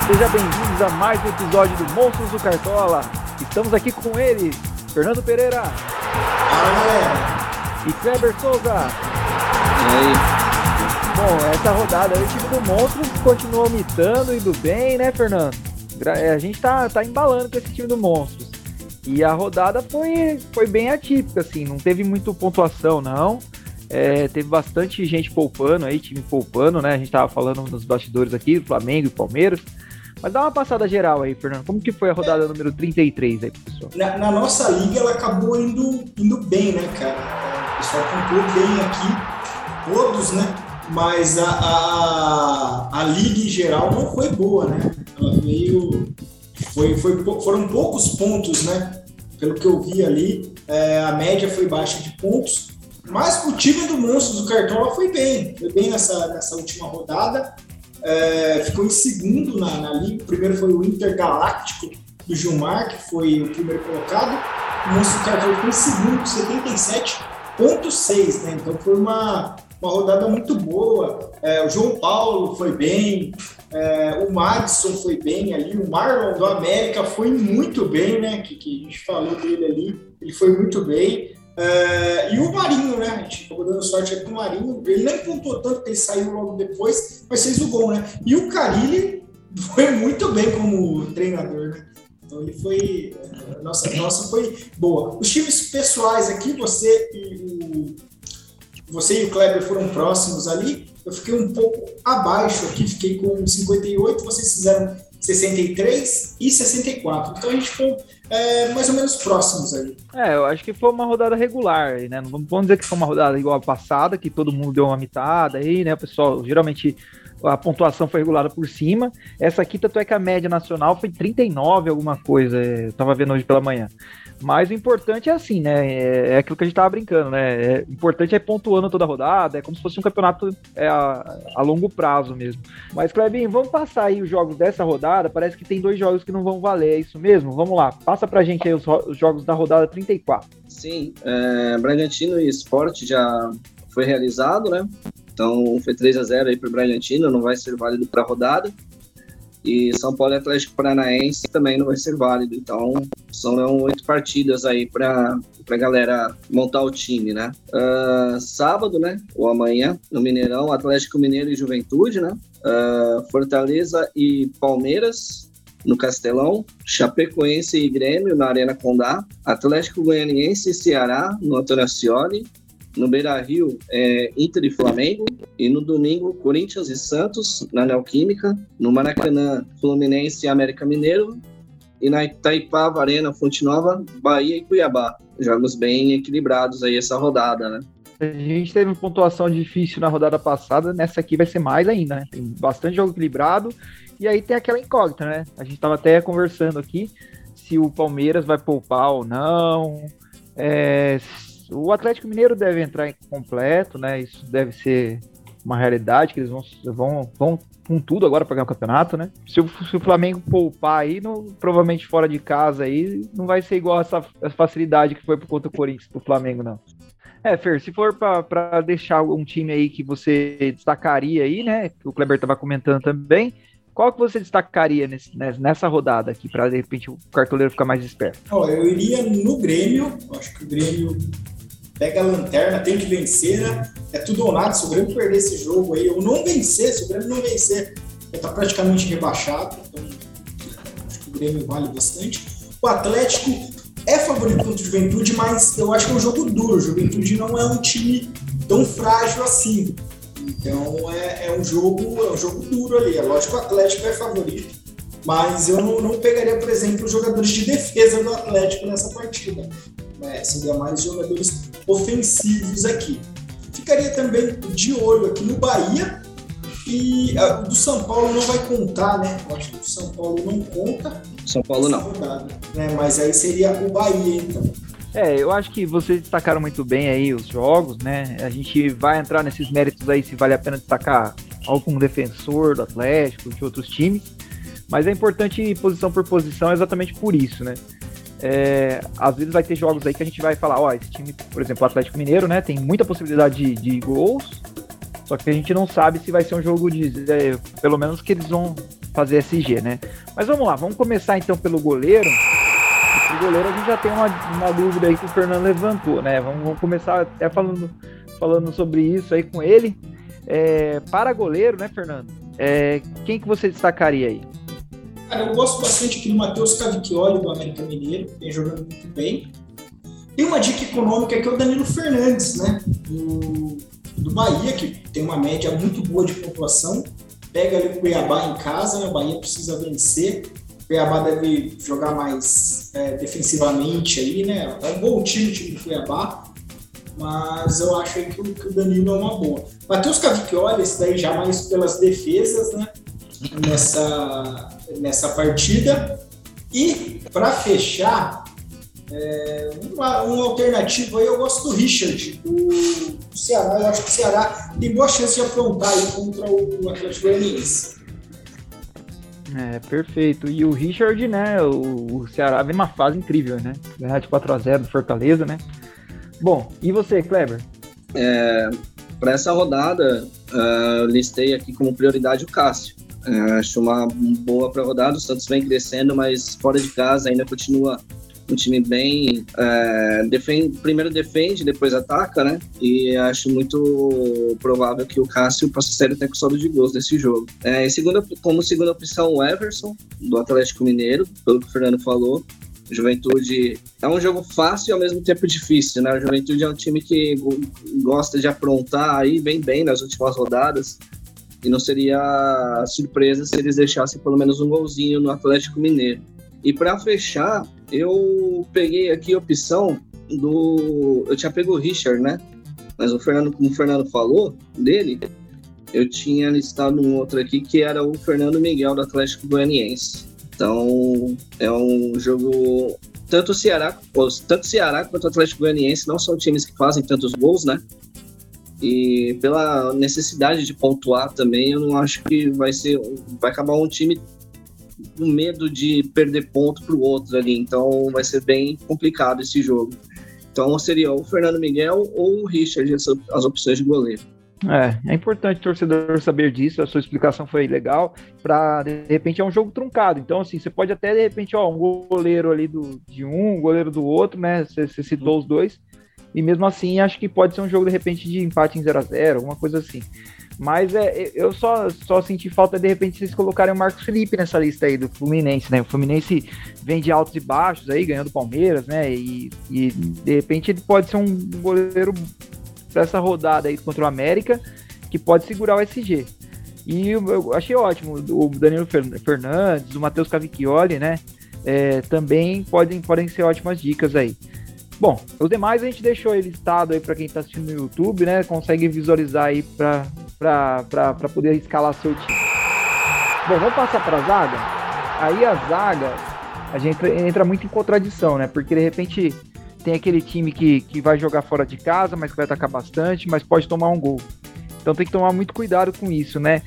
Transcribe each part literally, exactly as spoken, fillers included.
Sejam bem-vindos a mais um episódio do Monstros do Cartola. Estamos aqui com ele, Fernando Pereira. Fala, galera. E Kleber Souza. E aí? Bom, essa rodada aí, o time do Monstros continuou mitando, indo bem, né, Fernando? A gente tá, tá embalando com esse time do Monstros. E a rodada foi, foi bem atípica, assim, não teve muito pontuação, não. É, teve bastante gente poupando aí, time poupando, né? A gente tava falando nos bastidores aqui, do Flamengo e Palmeiras. Mas dá uma passada geral aí, Fernando. Como que foi a rodada é. número trinta e três aí, pessoal? Na, na nossa liga, ela acabou indo, indo bem, né, cara? O pessoal pontuou bem aqui, todos, né? Mas a, a, a liga em geral não foi boa, né? Ela veio... Foi, foi, foram poucos pontos, né? Pelo que eu vi ali, é, a média foi baixa de pontos. Mas o time do Monstros do Cartola foi bem. Foi bem nessa, nessa última rodada. É, ficou em segundo na, na liga. O primeiro foi o Intergaláctico do Gilmar, que foi o primeiro colocado. O Monstro do Cartola ficou em segundo, setenta e sete vírgula seis, né? Então foi uma, uma rodada muito boa. É, o João Paulo foi bem, é, o Madison foi bem ali, o Marlon do América foi muito bem, né? Que, que a gente falou dele ali, ele foi muito bem. É, e o Marinho, né? A gente acabou dando sorte aqui com o Marinho. Ele nem pontuou tanto, porque ele saiu logo depois, mas fez o gol, né? E o Carille foi muito bem como treinador, né? Então ele foi... Nossa, nossa foi boa. Os times pessoais aqui, você e o, você e o Kleber foram próximos ali. Eu fiquei um pouco abaixo aqui, fiquei com cinquenta e oito, vocês fizeram sessenta e três e sessenta e quatro. Então a gente ficou é, mais ou menos próximos aí. É, eu acho que foi uma rodada regular, né? Não vamos dizer que foi uma rodada igual a passada, que todo mundo deu uma mitada aí, né? O pessoal, geralmente, a pontuação foi regulada por cima. Essa aqui, tanto é que a média nacional foi trinta e nove alguma coisa, eu tava vendo hoje pela manhã. Mas o importante é assim, né? É, é aquilo que a gente tava brincando, né? É, o importante é pontuando toda a rodada, é como se fosse um campeonato é, a, a longo prazo mesmo. Mas, Clebinho, vamos passar aí os jogos dessa rodada. Parece que tem dois jogos que não vão valer, é isso mesmo? Vamos lá, passa pra gente aí os, os jogos da rodada trinta e quatro. Sim, é, Bragantino e Sport já foi realizado, né? Então foi três a zero aí pro Bragantino, não vai ser válido pra rodada. E São Paulo e Atlético Paranaense também não vai ser válido. Então, são oito partidas aí para a galera montar o time, né? Uh, sábado, né? Ou amanhã, no Mineirão, Atlético Mineiro e Juventude, né? Uh, Fortaleza e Palmeiras no Castelão. Chapecoense e Grêmio na Arena Condá. Atlético Goianiense e Ceará no Antônio Ascioli. No Beira-Rio, é, Inter e Flamengo. E no domingo, Corinthians e Santos, na Neoquímica. No Maracanã, Fluminense e América Mineiro. E na Itaipava Arena, Fonte Nova, Bahia e Cuiabá. Jogos bem equilibrados aí essa rodada, né? A gente teve uma pontuação difícil na rodada passada, nessa aqui vai ser mais ainda, né? Tem bastante jogo equilibrado. E aí tem aquela incógnita, né? A gente tava até conversando aqui se o Palmeiras vai poupar ou não. É... O Atlético Mineiro deve entrar completo, né? Isso deve ser uma realidade, que eles vão, vão, vão com tudo agora para ganhar o campeonato, né? Se o, se o Flamengo poupar aí, no, provavelmente fora de casa aí, não vai ser igual essa, essa facilidade que foi por conta do Corinthians pro Flamengo, não. É, Fer, se for para deixar um time aí que você destacaria aí, né? Que o Kleber tava comentando também, qual que você destacaria nesse, nessa rodada aqui, para de repente o cartoleiro ficar mais esperto? Oh, eu iria no Grêmio, acho que o Grêmio pega a lanterna, tem que vencer, né? É tudo ou nada, se o Grêmio perder esse jogo aí, ou não vencer, se o Grêmio não vencer, ele tá praticamente rebaixado, então acho que o Grêmio vale bastante. O Atlético é favorito contra o Juventude, mas eu acho que é um jogo duro, o Juventude não é um time tão frágil assim, então é, é, um, jogo, é um jogo duro ali, é lógico que o Atlético é favorito, mas eu não, não pegaria, por exemplo, os jogadores de defesa do Atlético nessa partida. É, seria mais jogadores ofensivos aqui. Ficaria também de olho aqui no Bahia e uh, do São Paulo não vai contar, né? Eu acho que o São Paulo não conta. São Paulo não. Rodada, né? Mas aí seria o Bahia, então. É, eu acho que vocês destacaram muito bem aí os jogos, né? A gente vai entrar nesses méritos aí se vale a pena destacar algum defensor do Atlético, de outros times. Mas é importante ir posição por posição exatamente por isso, né? É, às vezes vai ter jogos aí que a gente vai falar, ó, esse time, por exemplo, o Atlético Mineiro, né, tem muita possibilidade de, de gols, Só que a gente não sabe se vai ser um jogo de... É, pelo menos que eles vão fazer S G, né? Mas vamos lá, vamos começar então pelo goleiro. O goleiro a gente já tem uma, uma dúvida aí que o Fernando levantou, né? Vamos, vamos começar até falando, falando sobre isso aí com ele. É, para goleiro, né, Fernando? É, quem que você destacaria aí? Cara, eu gosto bastante aqui do Matheus Cavicchioli, do América Mineiro, vem jogando muito bem. Tem uma dica econômica que é o Danilo Fernandes, né? Do, do Bahia, que tem uma média muito boa de pontuação. Pega ali o Cuiabá em casa, né? O Bahia precisa vencer. O Cuiabá deve jogar mais é, defensivamente aí, né? É um bom time o time do Cuiabá, mas eu acho que o, que o Danilo é uma boa. Matheus Cavicchioli, esse daí já mais pelas defesas, né? Nessa, nessa partida. E, para fechar, é, uma, uma alternativa aí, eu gosto do Richard, do, do Ceará. Eu acho que o Ceará tem boa chance de aprontar aí contra o Atlético Goianiense. É, perfeito. E o Richard, né, o, o Ceará vem numa fase incrível, né? Ganhar de quatro a zero do Fortaleza, né? Bom, e você, Kleber? É, para essa rodada, uh, eu listei aqui como prioridade o Cássio. Uh, acho uma boa para a rodada, o Santos vem crescendo, mas fora de casa ainda continua um time bem... Uh, defende, primeiro defende, depois ataca, né? E acho muito provável que o Cássio passe sério até com saldo de gols desse jogo. Uh, em segunda, como segunda opção, o Everson, do Atlético Mineiro, pelo que o Fernando falou. Juventude é um jogo fácil e ao mesmo tempo difícil, né? O Juventude é um time que gosta de aprontar aí, vem bem nas últimas rodadas, e não seria surpresa se eles deixassem pelo menos um golzinho no Atlético Mineiro. E para fechar, eu peguei aqui a opção do... Eu tinha pego o Richard, né? Mas o Fernando, como o Fernando falou dele, eu tinha listado um outro aqui que era o Fernando Miguel do Atlético Goianiense. Então, é um jogo... Tanto o Ceará, tanto o Ceará quanto o Atlético Goianiense não são times que fazem tantos gols, né? E pela necessidade de pontuar também, eu não acho que vai ser... Vai acabar um time com medo de perder ponto para o outro ali. Então, vai ser bem complicado esse jogo. Então, seria ou o Fernando Miguel ou o Richard, as opções de goleiro. É, é importante o torcedor saber disso, a sua explicação foi legal, para de repente é um jogo truncado, então assim, você pode até de repente, ó, um goleiro ali do, de um, um goleiro do outro, né, você, você citou os dois, e mesmo assim acho que pode ser um jogo de repente de empate em zero a zero, alguma coisa assim, mas é, eu só, só senti falta de repente vocês colocarem o Marcos Felipe nessa lista aí do Fluminense, né, o Fluminense vem de altos e baixos aí, ganhando o Palmeiras, né, e, e de repente ele pode ser um goleiro para essa rodada aí contra o América, que pode segurar o S G. E eu, eu achei ótimo, o Danilo Fernandes, o Matheus Cavicchioli, né, é, também podem, podem ser ótimas dicas aí. Bom, os demais a gente deixou aí listado aí para quem está assistindo no YouTube, né, consegue visualizar aí para poder escalar seu time. Bom, vamos passar para a zaga? Aí a zaga, a gente entra muito em contradição, né, porque de repente... Tem aquele time que, que vai jogar fora de casa, mas que vai atacar bastante, mas pode tomar um gol. Então tem que tomar muito cuidado com isso, né?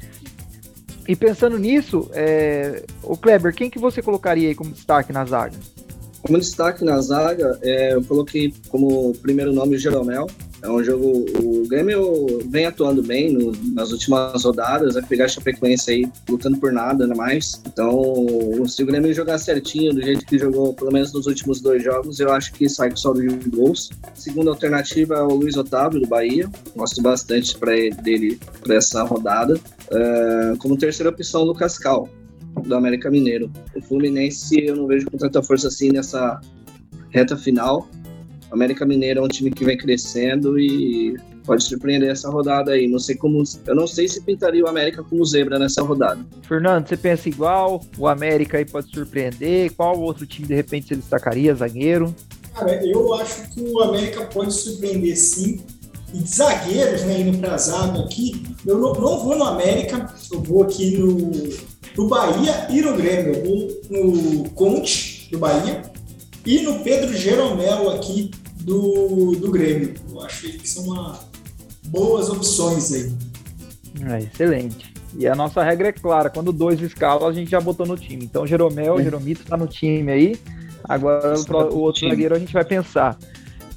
E pensando nisso, é... o Kleber, quem que você colocaria aí como destaque na zaga? Como destaque na zaga, é, eu coloquei como primeiro nome o Jeromel. É um jogo, o Grêmio vem atuando bem no, nas últimas rodadas, vai pegar a Chapecoense aí lutando por nada, ainda mais. Então, se o Grêmio jogar certinho, do jeito que jogou pelo menos nos últimos dois jogos, eu acho que sai com saldo de gols. Segunda alternativa é o Luiz Otávio, do Bahia. Gosto bastante pra ele, dele para essa rodada. Uh, como terceira opção, o Lucas Cal, do América Mineiro. O Fluminense eu não vejo com tanta força assim nessa reta final. O América Mineiro é um time que vem crescendo e pode surpreender essa rodada aí. Não sei como, eu não sei se pintaria o América como zebra nessa rodada. Fernando, você pensa igual? O América aí pode surpreender? Qual outro time de repente você destacaria, zagueiro? Cara, eu acho que o América pode surpreender sim. E de zagueiros, né, indo para a zaga aqui, eu não, não vou no América, eu vou aqui no, no Bahia e no Grêmio. Eu vou no Conte, do Bahia, e no Pedro Jeromel aqui do, do Grêmio. Eu acho que são uma, boas opções aí. É, excelente. E a nossa regra é clara, quando dois escalam, a gente já botou no time. Então, Jeromel, é. Jeromito tá no time aí. Agora, o, o outro zagueiro a gente vai pensar.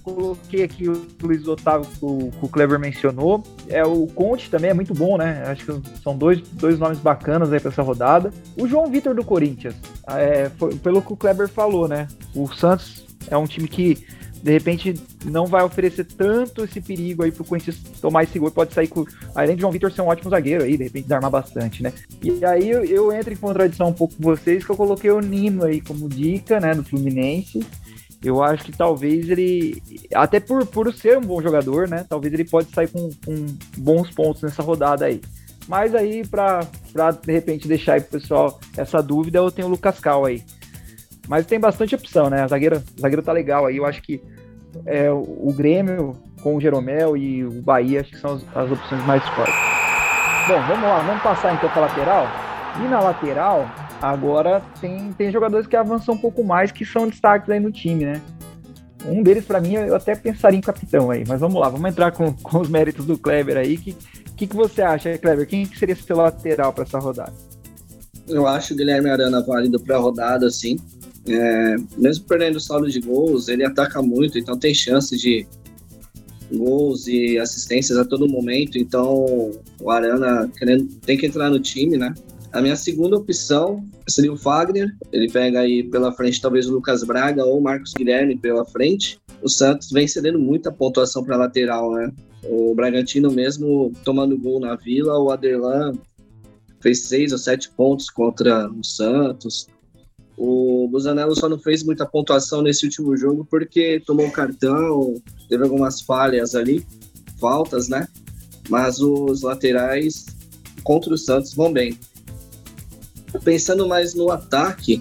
coloquei aqui o Luiz Otávio, que o, que o Kleber mencionou. É, o Conte também é muito bom, né? Acho que são dois, dois nomes bacanas aí para essa rodada. O João Vitor do Corinthians, é, foi, pelo que o Kleber falou, né? O Santos é um time que, de repente, não vai oferecer tanto esse perigo aí pro Corinthians tomar esse gol. Pode sair com... Além de João Vitor ser um ótimo zagueiro aí, de repente desarmar bastante, né? E aí eu, eu entro em contradição um pouco com vocês, que eu coloquei o Nino aí como dica, né? Do Fluminense. Eu acho que talvez ele, até por, por ser um bom jogador, né? Talvez ele pode sair com, com bons pontos nessa rodada aí. Mas aí, pra, pra de repente deixar aí pro pessoal essa dúvida, eu tenho o Lucas Cal aí. Mas tem bastante opção, né? O zagueiro, o zagueiro tá legal aí. Eu acho que é, o Grêmio com o Jeromel e o Bahia, acho que são as, as opções mais fortes. Bom, vamos lá, vamos passar então pra lateral. E na lateral, agora tem, tem jogadores que avançam um pouco mais, que são destaques aí no time, né? Um deles, pra mim, eu até pensaria em capitão aí. Mas vamos lá, vamos entrar com, com os méritos do Kleber aí. O que, que, que você acha, Kleber? Quem que seria seu lateral pra essa rodada? Eu acho o Guilherme Arana válido pra rodada, sim. É, mesmo perdendo o saldo de gols, ele ataca muito, então tem chance de gols e assistências a todo momento. Então o Arana querendo, tem que entrar no time, né? A minha segunda opção seria o Fagner. Ele pega aí pela frente talvez o Lucas Braga ou o Marcos Guilherme pela frente. O Santos vem cedendo muita pontuação para lateral, né? O Bragantino mesmo tomando gol na Vila, o Aderlan fez seis ou sete pontos contra o Santos. O Busanello só não fez muita pontuação nesse último jogo porque tomou um cartão, teve algumas falhas ali, faltas, né? Mas os laterais contra o Santos vão bem. Pensando mais no ataque,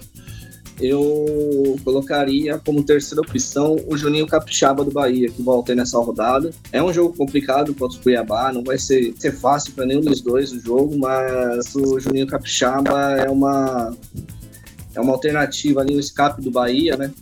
eu colocaria como terceira opção o Juninho Capixaba do Bahia, que volta nessa rodada. É um jogo complicado contra o Cuiabá, não vai ser, ser fácil para nenhum dos dois o jogo, mas o Juninho Capixaba é uma, é uma alternativa ali, um escape do Bahia, né?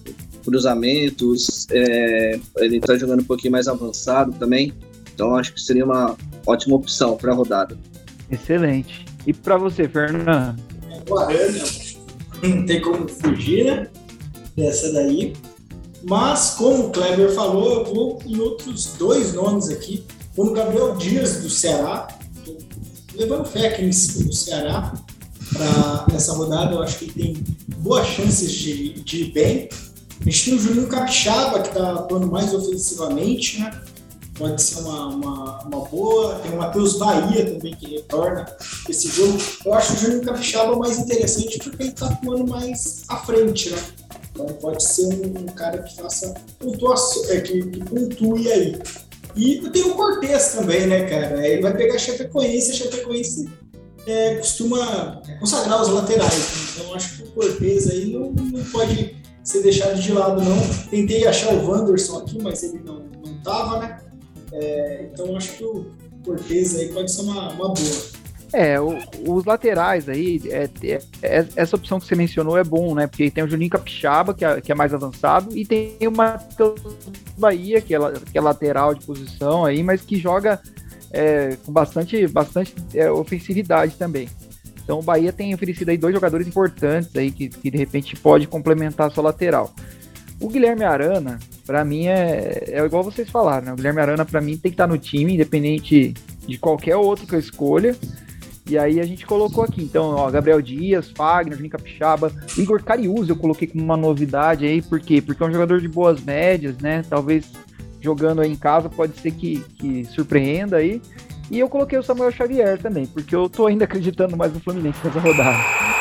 Cruzamentos, é, ele está jogando um pouquinho mais avançado também, então acho que seria uma ótima opção para a rodada. Excelente. E para você, Fernando? O Arana, não tem como fugir, né? Dessa daí. Mas, como o Kleber falou, eu vou em outros dois nomes aqui. Vou no Gabriel Dias, do Ceará. Tô levando fé aqui nesse do Ceará para essa rodada. Eu acho que ele tem boas chances de, de ir bem. A gente tem o Juninho Capixaba, que está atuando mais ofensivamente, né? Pode ser uma, uma, uma boa. Tem o Matheus Bahia também, que retorna esse jogo. Eu acho o Juninho Capixaba mais interessante porque ele está atuando mais à frente, né? Então pode ser um, um cara que faça pontuação, é, que, que pontue aí. E tem o Cortez também, né, cara? Ele vai pegar a Chapecoense, a Chapecoense é, costuma consagrar os laterais. Então acho que o Cortez aí não, não pode ser deixado de lado, não. Tentei achar o Wanderson aqui, mas ele não, não tava, né? É, então acho que o Cortez aí pode ser uma, uma boa. É, o, os laterais aí, é, é, é, essa opção que você mencionou é bom, né? Porque tem o Juninho Capixaba, que é, que é mais avançado, e tem o Matheus Bahia, que é, que é lateral de posição aí, mas que joga é, com bastante, bastante é, ofensividade também. Então o Bahia tem oferecido aí dois jogadores importantes aí, que, que de repente pode complementar a sua lateral. O Guilherme Arana, pra mim, é, é igual vocês falaram, né? O Guilherme Arana, pra mim, tem que estar no time, independente de qualquer outro que eu escolha. E aí a gente colocou aqui, então, ó, Gabriel Dias, Fagner, Juninho Capixaba, Igor Cariús eu coloquei como uma novidade aí, por quê? Porque é um jogador de boas médias, né? Talvez jogando aí em casa pode ser que, que surpreenda aí. E eu coloquei o Samuel Xavier também, porque eu tô ainda acreditando mais no Fluminense nessa rodada.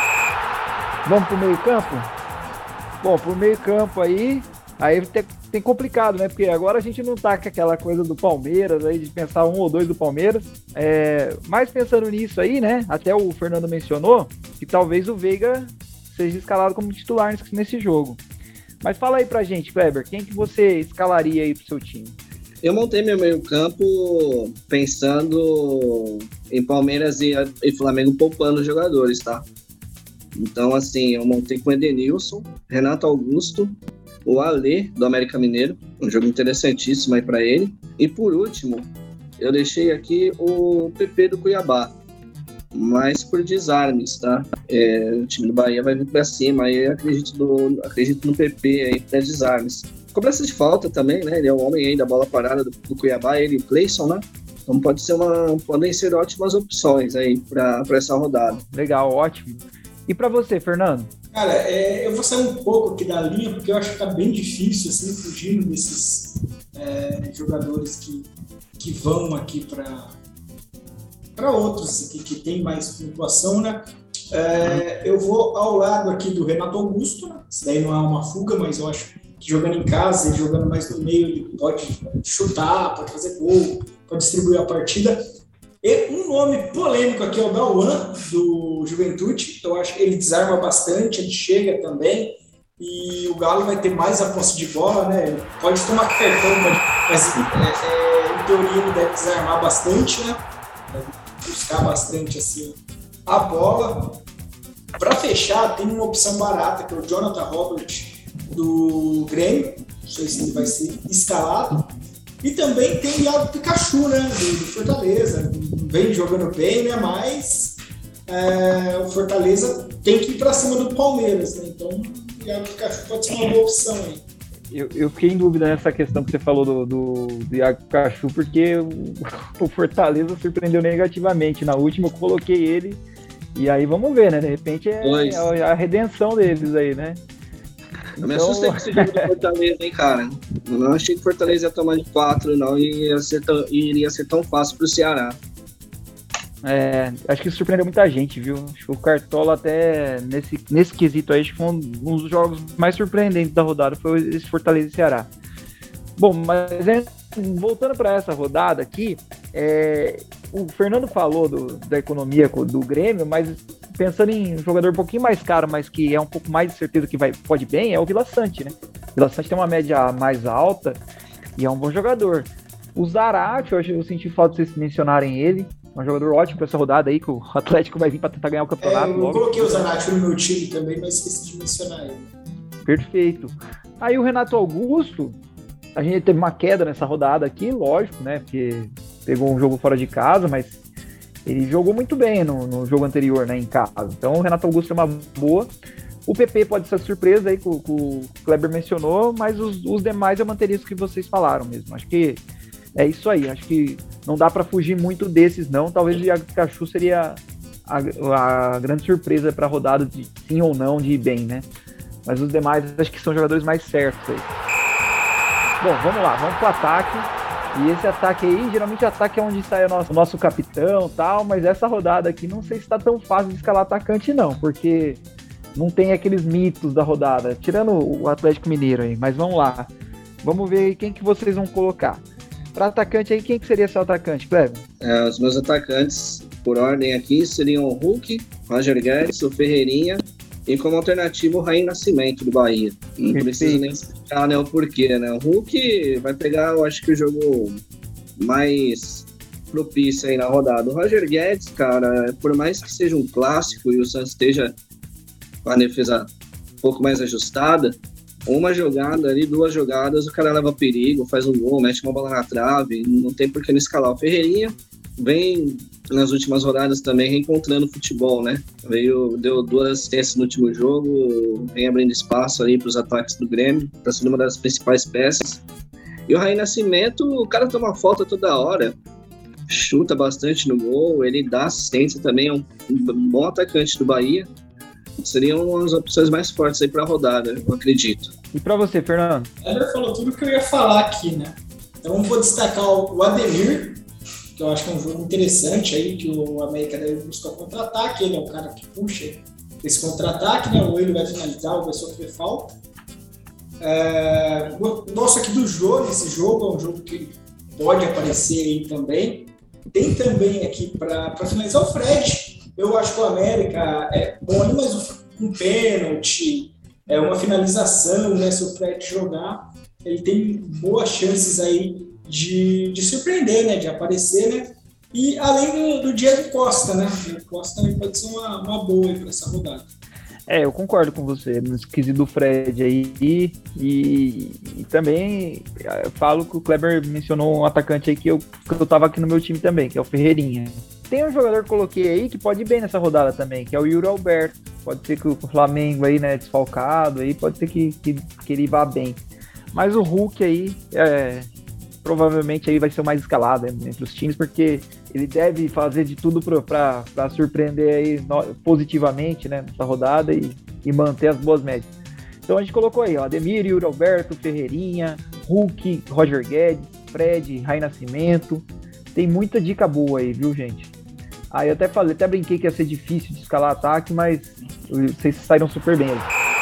Vamos pro meio campo? Bom, pro meio campo aí, aí tem, tem complicado, né? Porque agora a gente não tá com aquela coisa do Palmeiras, aí de pensar um ou dois do Palmeiras. É, mas pensando nisso aí, né? Até o Fernando mencionou que talvez o Veiga seja escalado como titular nesse, nesse jogo. Mas fala aí pra gente, Kleber, quem que você escalaria aí pro seu time? Eu montei meu meio campo pensando em Palmeiras e, e Flamengo poupando jogadores, tá? Então, assim, eu montei com o Edenilson, Renato Augusto, o Alê, do América Mineiro, um jogo interessantíssimo aí para ele. E, por último, eu deixei aqui o P P do Cuiabá, mas por desarmes, tá? É, o time do Bahia vai vir para cima, aí eu acredito no, acredito no P P aí para desarmes. cobrança de falta também, né? Ele é o homem aí da bola parada do, do Cuiabá, ele e o Cleison, né? Então pode ser uma, podem ser ótimas opções aí para essa rodada. Legal, ótimo. E para você, Fernando? Cara, é, eu vou sair um pouco aqui da linha, porque eu acho que tá bem difícil, assim, fugindo desses é, jogadores que, que vão aqui para outros que, que tem mais pontuação, né? É, eu vou ao lado aqui do Renato Augusto, né? Isso daí não é uma fuga, mas eu acho que jogando em casa, ele jogando mais no meio, ele pode chutar, pode fazer gol, pode distribuir a partida. E um nome polêmico aqui é o Dauan, do Juventude. Eu acho que ele desarma bastante, ele chega também, e o Galo vai ter mais a posse de bola, né? Ele pode tomar cartão, mas é, é, em teoria ele deve desarmar bastante, né? Deve buscar bastante assim, a bola. Para fechar, tem uma opção barata, que é o Jonathan Robert, do Grêmio. Não sei se ele vai ser escalado. E também tem o Iago Pikachu, né, do, do Fortaleza, vem jogando bem, né, mas é, o Fortaleza tem que ir para cima do Palmeiras, né, então o Iago Pikachu pode ser uma boa opção aí. Eu, eu fiquei em dúvida nessa questão que você falou do, do, do Iago Pikachu, porque o, o Fortaleza surpreendeu negativamente. Na última eu coloquei ele, e aí vamos ver, né, de repente é, é a redenção deles aí, né. Eu me assustei com esse jogo do Fortaleza, hein, cara. Eu não achei que o Fortaleza ia tomar de quatro, não, e ia ser tão, iria ser tão fácil pro Ceará. É, acho que isso surpreendeu muita gente, viu? Acho que o Cartola até nesse, nesse quesito aí, acho que foi um, um dos jogos mais surpreendentes da rodada, foi esse Fortaleza e Ceará. Bom, mas é, voltando para essa rodada aqui, é, o Fernando falou do, da economia do Grêmio, mas pensando em um jogador um pouquinho mais caro, mas que é um pouco mais de certeza que vai, pode bem, é o Vila Sante, né? O Vila Sante tem uma média mais alta e é um bom jogador. O Zarate, eu, eu senti falta de vocês mencionarem ele, é um jogador ótimo para essa rodada aí, que o Atlético vai vir para tentar ganhar o campeonato. É, eu logo. Coloquei o Zarate no meu time também, mas esqueci de mencionar ele. Perfeito. Aí o Renato Augusto, a gente teve uma queda nessa rodada aqui, lógico, né? Porque pegou um jogo fora de casa, mas ele jogou muito bem no, no jogo anterior, né, em casa. Então o Renato Augusto é uma boa. O P P pode ser surpresa aí, que o, que o Kleber mencionou, mas os, os demais eu manteria isso que vocês falaram mesmo. Acho que é isso aí. Acho que não dá para fugir muito desses, não. Talvez o Iago Pikachu seria a, a grande surpresa para a rodada de sim ou não de ir bem, né? Mas os demais acho que são jogadores mais certos aí. Bom, vamos lá, vamos pro ataque. E esse ataque aí, geralmente o ataque é onde sai o nosso, o nosso capitão e tal, mas essa rodada aqui não sei se tá tão fácil de escalar atacante não, porque não tem aqueles mitos da rodada, tirando o Atlético Mineiro aí, mas vamos lá. Vamos ver quem que vocês vão colocar. Para atacante aí, quem que seria seu atacante, Kleber? É, os meus atacantes, por ordem aqui, seriam o Hulk, Roger Guedes, o Ferreirinha, e como alternativa o Raí Nascimento do Bahia. Não Perfeito. Preciso nem explicar, né, o porquê, né? O Hulk vai pegar, eu acho que o jogo mais propício aí na rodada. O Roger Guedes, cara, por mais que seja um clássico e o Santos esteja com a defesa um pouco mais ajustada, uma jogada ali, duas jogadas, o cara leva perigo, faz um gol, mete uma bola na trave, não tem por que não escalar. O Ferreirinha vem nas últimas rodadas também reencontrando o futebol, né? Veio, deu duas assistências no último jogo, vem abrindo espaço aí para os ataques do Grêmio, está sendo uma das principais peças. E o Raí Nascimento, o cara toma falta toda hora, chuta bastante no gol, ele dá assistência também, é um, um bom atacante do Bahia. Seriam umas opções mais fortes aí para a rodada, eu acredito. E para você, Fernando? O Eder falou tudo que eu ia falar aqui, né? Então eu vou destacar o Ademir, que eu acho que é um jogo interessante aí, que o América deve buscar contra-ataque, ele é o cara que puxa esse contra-ataque, né? Ou ele vai finalizar, ou vai sofrer falta. É... O nosso aqui do jogo, esse jogo é um jogo que pode aparecer aí também. Tem também aqui para finalizar o Fred. Eu acho que o América é bom ali, mas um pênalti, é uma finalização, né? Se o Fred jogar, ele tem boas chances aí de, de surpreender, né? De aparecer, né? E além do, do Diego Costa, né? O Diego Costa também pode ser uma, uma boa para essa rodada. É, eu concordo com você no esquisito do Fred aí, e, e, e também eu falo que o Kleber mencionou um atacante aí que eu, que eu tava aqui no meu time também, que é o Ferreirinha. Tem um jogador que eu coloquei aí que pode ir bem nessa rodada também, que é o Yuri Alberto. Pode ser que o Flamengo aí, né, desfalcado aí, pode ser que, que, que ele vá bem. Mas o Hulk aí, é, provavelmente aí vai ser o mais escalado entre os times, porque ele deve fazer de tudo para surpreender aí no, positivamente, né, nessa rodada e, e manter as boas médias. Então a gente colocou aí, ó, Ademir, Yuri Alberto, Ferreirinha, Hulk, Roger Guedes, Fred, Rai Nascimento. Tem muita dica boa aí, viu, gente? Aí eu até falei, até brinquei que ia ser difícil de escalar ataque, mas vocês saíram super bem aí.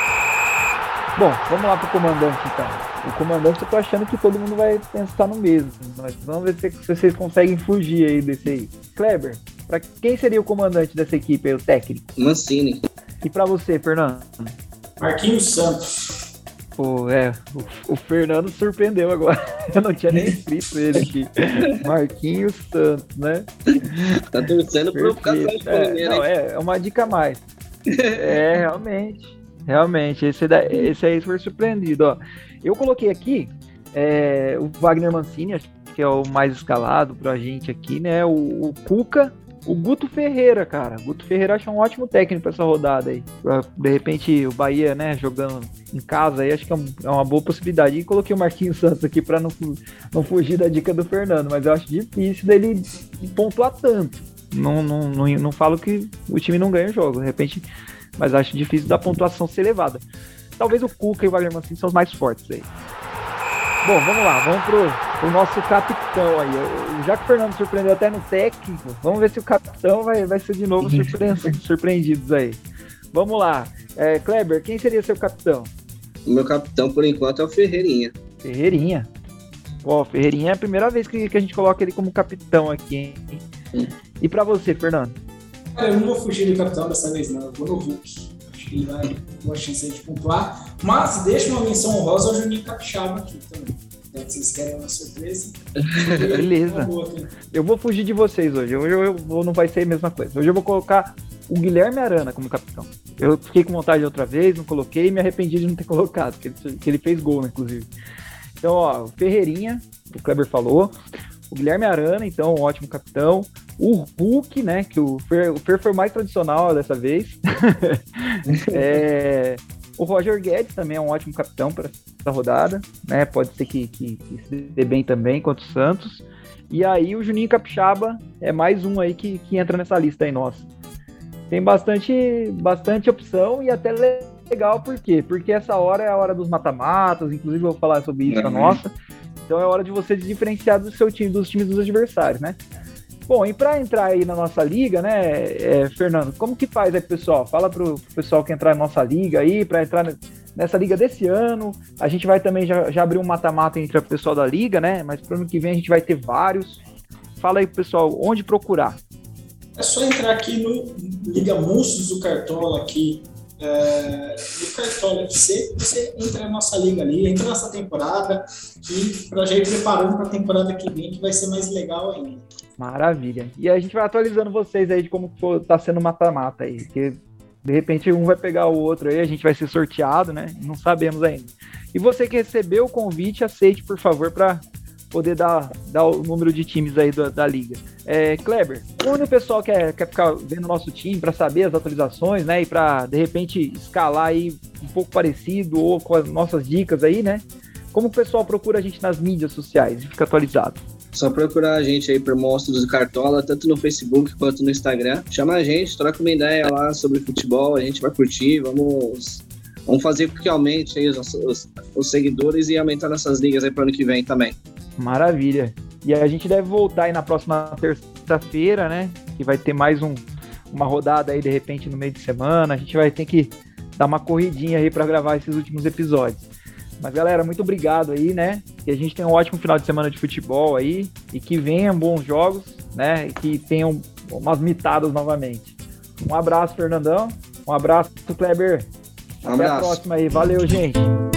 Bom, vamos lá pro comandante então. O comandante eu tô achando que todo mundo vai pensar no mesmo, mas vamos ver se, se vocês conseguem fugir aí desse aí. Kleber, pra quem seria o comandante dessa equipe aí, o técnico? Mancini. E pra você, Fernando? Marquinhos Santos. Pô, é, o, o Fernando surpreendeu agora. Eu não tinha nem escrito ele aqui. Marquinhos Santos, né? Tá torcendo pro Atlético Mineiro, Não, é, é uma dica a mais. É, realmente. Realmente, esse, da, esse aí foi surpreendido, ó. Eu coloquei aqui é, o Wagner Mancini, acho que é o mais escalado pra gente aqui, né? O, o Cuca, o Guto Ferreira, cara. O Guto Ferreira acho um ótimo técnico pra essa rodada aí. Pra, de repente, o Bahia, né, jogando em casa aí, acho que é, um, é uma boa possibilidade. E coloquei o Marquinhos Santos aqui pra não, não fugir da dica do Fernando, mas eu acho difícil dele pontuar tanto. Não, não, não, não falo que o time não ganha o jogo, de repente, mas acho difícil da pontuação ser elevada. Talvez o Cuca e o Wagner Mancini são os mais fortes aí. Bom, vamos lá, vamos pro, pro nosso capitão aí. Já que o Fernando surpreendeu até no técnico, vamos ver se o capitão vai, vai ser de novo surpre- surpreendidos aí. Vamos lá. É, Kleber, quem seria seu capitão? O meu capitão, por enquanto, é o Ferreirinha. Ferreirinha. Ó, Ferreirinha é a primeira vez que, que a gente coloca ele como capitão aqui, hein? Hum. E pra você, Fernando? Cara, eu não vou fugir do capitão dessa vez, não. Eu vou no Hulk. Acho que ele vai ter uma chance de pontuar. Mas deixa uma menção honrosa ao Juninho Capixaba aqui também. Já que vocês querem uma surpresa. Beleza. Eu vou fugir de vocês hoje. Hoje eu, eu, não vai ser a mesma coisa. Hoje eu vou colocar o Guilherme Arana como capitão. Eu fiquei com vontade outra vez, não coloquei e me arrependi de não ter colocado, porque ele, que ele fez gol, né, inclusive. Então, ó, o Ferreirinha, o Kleber falou. O Guilherme Arana, então, um ótimo capitão. O Hulk, né, que o Fer, o Fer foi mais tradicional dessa vez. é, o Roger Guedes também é um ótimo capitão para essa rodada, né, pode ser que, que, que se dê bem também contra o Santos. E aí o Juninho Capixaba é mais um aí que, que entra nessa lista aí nossa. Tem bastante, bastante opção e até legal, por quê? Porque essa hora é a hora dos mata-matas, inclusive eu vou falar sobre isso na nossa. Então é hora de você diferenciar do seu time, dos times dos adversários, né? Bom, e para entrar aí na nossa liga, né, é, Fernando, como que faz aí, pessoal? Fala pro pessoal que entrar na nossa liga aí, para entrar nessa liga desse ano. A gente vai também já, já abrir um mata-mata entre o pessoal da liga, né? Mas pro ano que vem a gente vai ter vários. Fala aí, pessoal, onde procurar? É só entrar aqui no Liga Monstros do Cartola aqui. É, no Cartola F C, você entra na nossa liga ali, entra nessa temporada e para já ir preparando para a temporada que vem, que vai ser mais legal ainda. Maravilha. E a gente vai atualizando vocês aí de como tá sendo o mata-mata aí, porque de repente um vai pegar o outro aí, a gente vai ser sorteado, né? Não sabemos ainda. E você que recebeu o convite, aceite, por favor, para poder dar, dar o número de times aí da, da liga. É, Kleber, onde o pessoal quer, quer ficar vendo o nosso time para saber as atualizações, né? E para, de repente, escalar aí um pouco parecido ou com as nossas dicas aí, né? Como o pessoal procura a gente nas mídias sociais e fica atualizado? Só procurar a gente aí por Monstros do Cartola, tanto no Facebook quanto no Instagram. Chama a gente, troca uma ideia lá sobre futebol, a gente vai curtir, vamos... Vamos fazer com que aumente aí os, os, os seguidores e aumentar nossas ligas aí para o ano que vem também. Maravilha. E a gente deve voltar aí na próxima terça-feira, né? Que vai ter mais um, uma rodada aí, de repente, no meio de semana. A gente vai ter que dar uma corridinha aí para gravar esses últimos episódios. Mas, galera, muito obrigado aí, né? Que a gente tenha um ótimo final de semana de futebol aí e que venham bons jogos, né? E que tenham umas mitadas novamente. Um abraço, Fernandão. Um abraço, Kleber. Um Até abraço. a próxima aí. Valeu, gente.